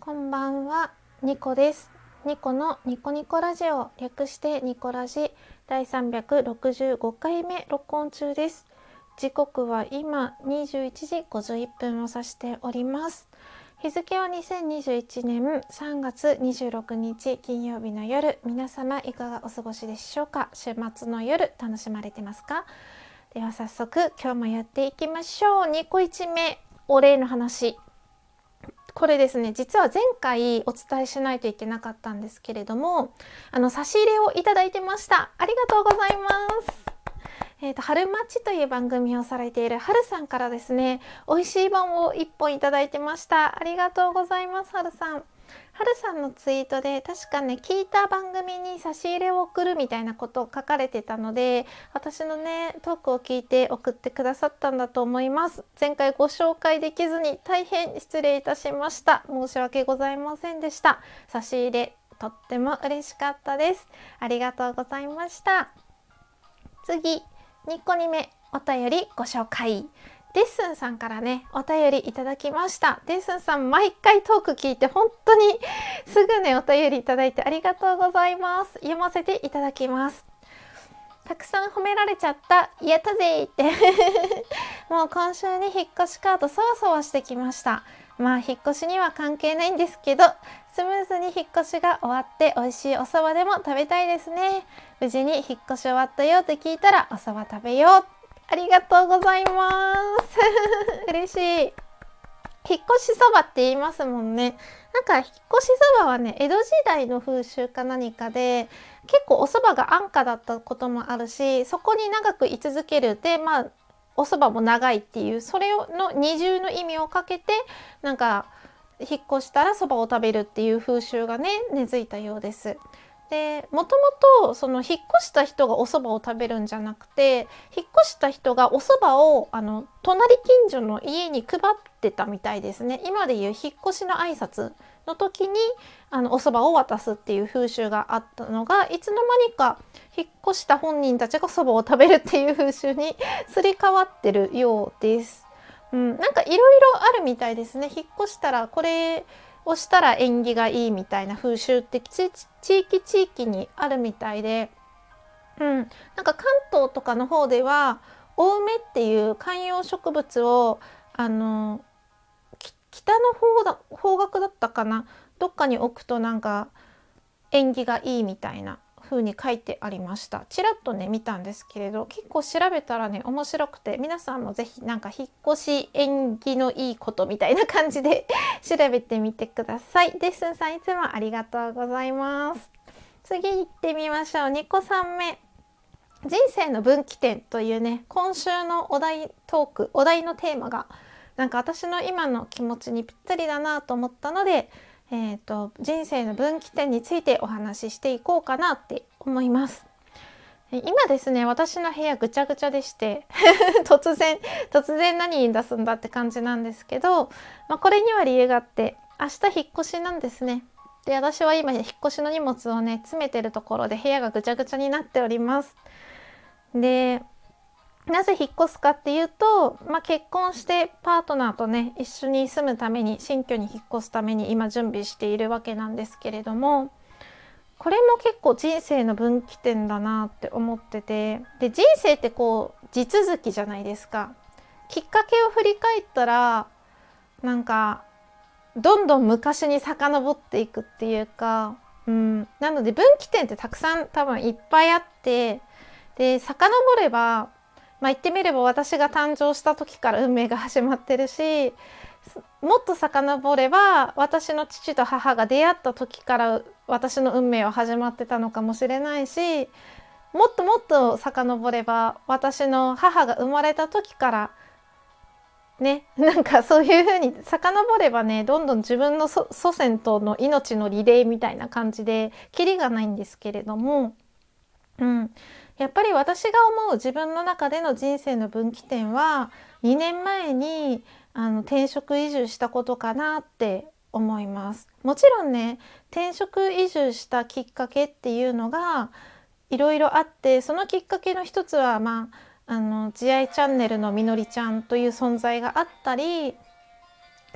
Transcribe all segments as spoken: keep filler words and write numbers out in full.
こんばんは、ニコです。ニコのニコニコラジオ、略してニコラジだいさんびゃくろくじゅうごかいめ録音中です。時刻は今にじゅういちじごじゅういっぷんを指しております。日付はにせんにじゅういちねんさんがつにじゅうろくにち金曜日の夜、皆様いかがお過ごしでしょうか。週末の夜楽しまれてますか？では早速今日もやっていきましょう。にこいちめ、お礼の話。これですね、実は前回お伝えしないといけなかったんですけれども、あの差し入れをいただいてました。ありがとうございます。えーと、春マッチという番組をされている春さんからですね、美味しい棒をいっぽんいただいてました。ありがとうございます、春さん。春さんのツイートで確かね、聞いた番組に差し入れを送るみたいなことを書かれてたので、私のねトークを聞いて送ってくださったんだと思います。前回ご紹介できずに大変失礼いたしました。申し訳ございませんでした。差し入れとっても嬉しかったです。ありがとうございました。次、にこにめお便りご紹介。デッスンさんからねお便りいただきました。デッスンさん、毎回トーク聞いて本当にすぐねお便りいただいてありがとうございます。読ませていただきます。たくさん褒められちゃった、やったぜってもう今週に引っ越しカードそわそわしてきました。まあ引っ越しには関係ないんですけど、スムーズに引っ越しが終わって美味しいお蕎麦でも食べたいですね。無事に引っ越し終わったよって聞いたらお蕎麦食べよう。ありがとうございます嬉しい。引っ越しそばって言いますもんね。なんか引っ越しそばはね、江戸時代の風習か何かで、結構お蕎麦が安価だったこともあるし、そこに長く居続けるで、まあお蕎麦も長いっていう、それの二重の意味をかけて、なんか引っ越したら蕎麦を食べるっていう風習がね根付いたようです。でもともとその引っ越した人がお蕎麦を食べるんじゃなくて、引っ越した人がお蕎麦をあの隣近所の家に配ってたみたいですね。今でいう引っ越しの挨拶の時にあのお蕎麦を渡すっていう風習があったのが、いつの間にか引っ越した本人たちが蕎麦を食べるっていう風習にすり替わってるようです。うん、なんかいろいろあるみたいですね。引っ越したらこれをしたら縁起がいいみたいな風習って地域地域にあるみたいで、うん、なんか関東とかの方ではお梅っていう観葉植物をあの北の方だ方角だったかな、どっかに置くとなんか縁起がいいみたいな風に書いてありました。ちらっとね見たんですけれど、結構調べたらね面白くて、皆さんもぜひなんか引っ越し縁起のいいことみたいな感じで調べてみてください。デッスンさん、いつもありがとうございます。次行ってみましょう。にこさんめ、人生の分岐点というね、今週のお題トーク、お題のテーマがなんか私の今の気持ちにぴったりだなと思ったので、えーと、人生の分岐点についてお話ししていこうかなって思います。今ですね、私の部屋ぐちゃぐちゃでして突然突然何言い出すんだって感じなんですけど、まあ、これには理由があって、明日引っ越しなんですね。で、私は今引っ越しの荷物をね詰めてるところで部屋がぐちゃぐちゃになっております。で、なぜ引っ越すかっていうと、まあ、結婚してパートナーとね一緒に住むために、新居に引っ越すために今準備しているわけなんですけれども、これも結構人生の分岐点だなって思ってて、で人生ってこう地続きじゃないですか。きっかけを振り返ったらなんかどんどん昔に遡っていくっていうか、うん、なので分岐点ってたくさん多分いっぱいあって、で遡れば、まあ、言ってみれば私が誕生した時から運命が始まってるし、もっと遡れば私の父と母が出会った時から私の運命は始まってたのかもしれないし、もっともっと遡れば私の母が生まれた時からね、なんかそういう風に遡ればね、どんどん自分の祖先との命のリレーみたいな感じでキリがないんですけれども、うん、やっぱり私が思う自分の中での人生の分岐点はにねんまえにあの転職移住したことかなって思います。もちろんね、転職移住したきっかけっていうのがいろいろあって、そのきっかけの一つはまああの慈愛チャンネルのみのりちゃんという存在があったり、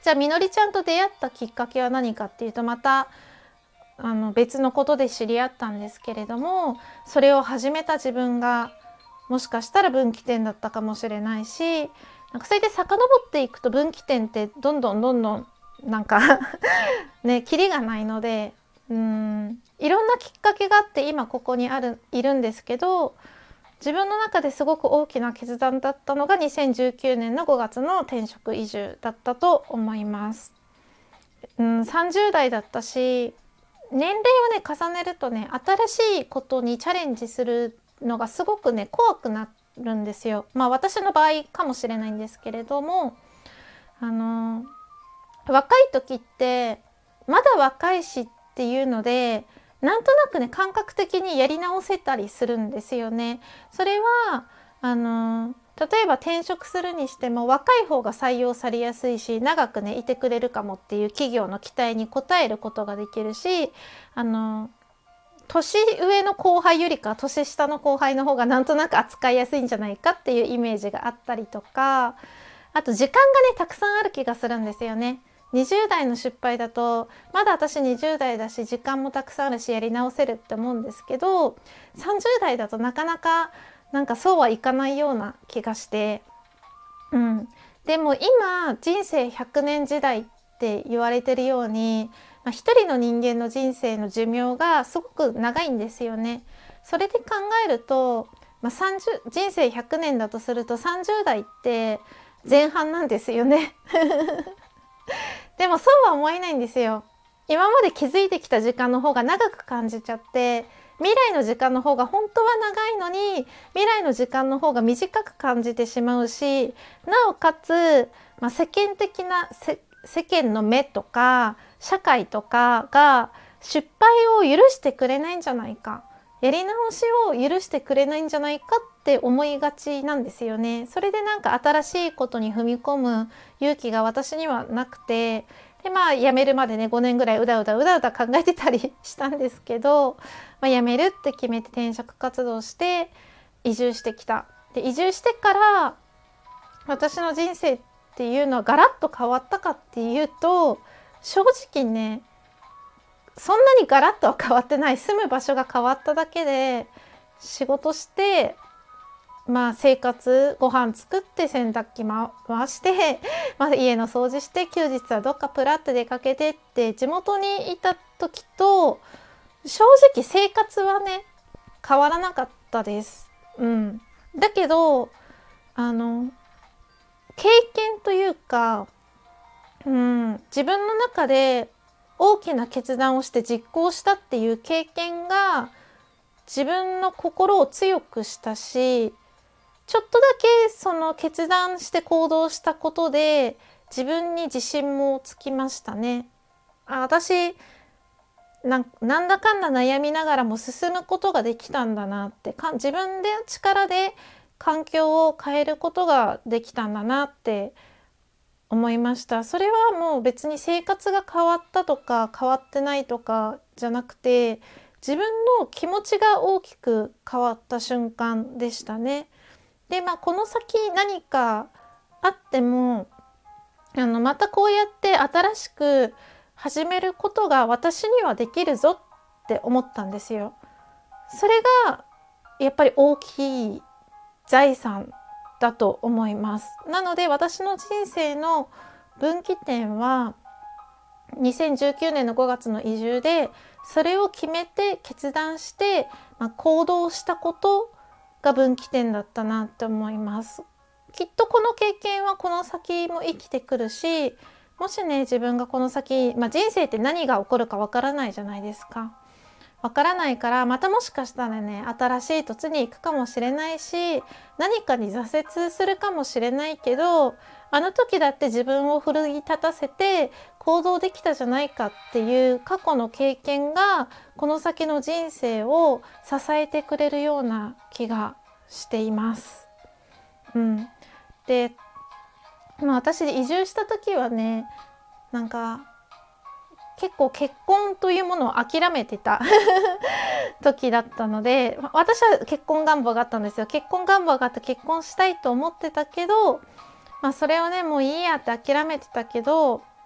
じゃあみのりちゃんと出会ったきっかけは何かっていうと、またあの別のことで知り合ったんですけれども、それを始めた自分がもしかしたら分岐点だったかもしれないし、なんかそれで遡っていくと分岐点ってどんどんどんどんなんかね、キリがないので、うーんいろんなきっかけがあって今ここにあるいるんですけど、自分の中ですごく大きな決断だったのがにせんじゅうきゅうねんのごがつの転職移住だったと思います。うん、さんじゅう代だったし、年齢をね重ねるとね、新しいことにチャレンジするのがすごくね怖くなるんですよ。まあ私の場合かもしれないんですけれども、あの若い時ってまだ若いしっていうので、なんとなくね感覚的にやり直せたりするんですよね。それはあの例えば転職するにしても若い方が採用されやすいし、長くねいてくれるかもっていう企業の期待に応えることができるし、あの年上の後輩よりか年下の後輩の方がなんとなく扱いやすいんじゃないかっていうイメージがあったりとか、あと時間がねたくさんある気がするんですよね。にじゅう代の失敗だと、まだ私にじゅう代だし時間もたくさんあるしやり直せるって思うんですけど、さんじゅう代だとなかなかなんかそうはいかないような気がして、うん、でも今人生ひゃくねん時代って言われてるように、まあ、一人の人間の人生の寿命がすごく長いんですよね。それで考えると、まあ、さんじゅう人生ひゃくねんだとするとさんじゅう代って前半なんですよねでもそうは思えないんですよ。今まで気づいてきた時間の方が長く感じちゃって、未来の時間の方が本当は長いのに未来の時間の方が短く感じてしまうし、なおかつ、まあ、世間的な世間の目とか社会とかが失敗を許してくれないんじゃないか、やり直しを許してくれないんじゃないかって思いがちなんですよね。それでなんか新しいことに踏み込む勇気が私にはなくて、でまあ辞めるまでねごねんぐらいうだうだうだうだ考えてたりしたんですけど、まあ、辞めるって決めて転職活動して移住してきた。で移住してから私の人生っていうのはガラッと変わったかっていうと、正直ねそんなにガラッとは変わってない。住む場所が変わっただけで、仕事してまあ生活、ご飯作って洗濯機回して、まあ、家の掃除して、休日はどっかプラッと出かけてって地元にいた時と正直生活はね変わらなかったです。うん、だけどあの経験というか、うん、自分の中で大きな決断をして実行したっていう経験が自分の心を強くしたし、ちょっとだけその決断して行動したことで自分に自信もつきましたね。あ、私な、なんだかんだ悩みながらも進むことができたんだなって、か自分で力で環境を変えることができたんだなって思いました。それはもう別に生活が変わったとか変わってないとかじゃなくて、自分の気持ちが大きく変わった瞬間でしたね。でまあこの先何かあってもあのまたこうやって新しく始めることが私にはできるぞって思ったんですよ。それがやっぱり大きい財産だと思います。なので私の人生の分岐点はにせんじゅうきゅうねんのごがつの移住で、それを決めて決断して、まあ、行動したことが分岐点だったなって思います。きっとこの経験はこの先も生きてくるし、もしね自分がこの先、まあ、人生って何が起こるかわからないじゃないですか。わからないから、またもしかしたらね新しい土地に行くかもしれないし、何かに挫折するかもしれないけど、あの時だって自分を奮い立たせて行動できたじゃないかっていう過去の経験がこの先の人生を支えてくれるような気がしています。うん、で、まあ、私移住した時はねなんか結構結婚というものを諦めてた時だったので、私は結婚願望があったんですよ。結婚願望があって結婚したいと思ってたけど、まあ、それをねもういいやって諦めてたけど、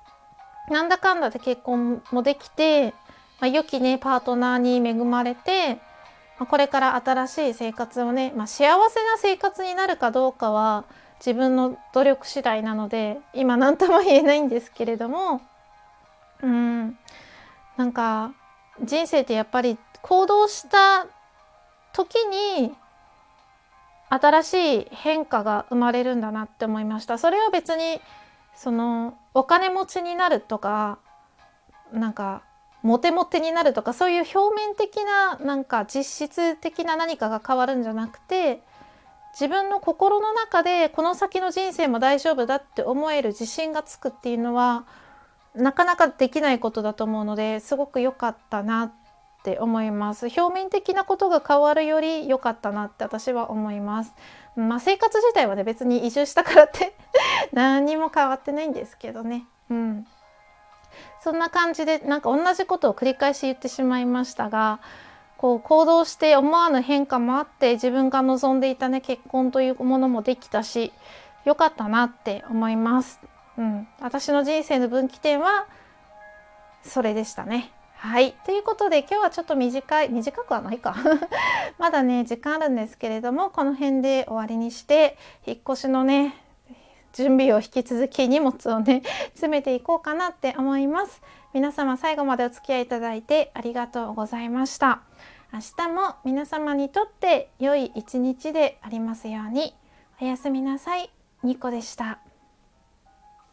なんだかんだで結婚もできて、まあ、良きねパートナーに恵まれて、まあ、これから新しい生活をね、まあ、幸せな生活になるかどうかは自分の努力次第なので今何とも言えないんですけれども、うんなんか人生ってやっぱり行動した時に新しい変化が生まれるんだなって思いました。それは別にそのお金持ちになるとかなんかモテモテになるとかそういう表面的ななんか実質的な何かが変わるんじゃなくて、自分の心の中でこの先の人生も大丈夫だって思える自信がつくっていうのはなかなかできないことだと思うので、すごく良かったなって思います。表面的なことが変わるより良かったなって私は思います。まあ生活自体はね別に移住したからって何にも変わってないんですけどね。うん。そんな感じでなんか同じことを繰り返し言ってしまいましたが、こう行動して思わぬ変化もあって自分が望んでいたね結婚というものもできたし良かったなって思います。うん、私の人生の分岐点はそれでしたね。はい。ということで今日はちょっと短い、短くはないか。まだね、時間あるんですけれども、この辺で終わりにして、引っ越しのね、準備を引き続き荷物をね、詰めていこうかなって思います。皆様最後までお付き合いいただいてありがとうございました。明日も皆様にとって良い一日でありますように。おやすみなさい。ニコでした。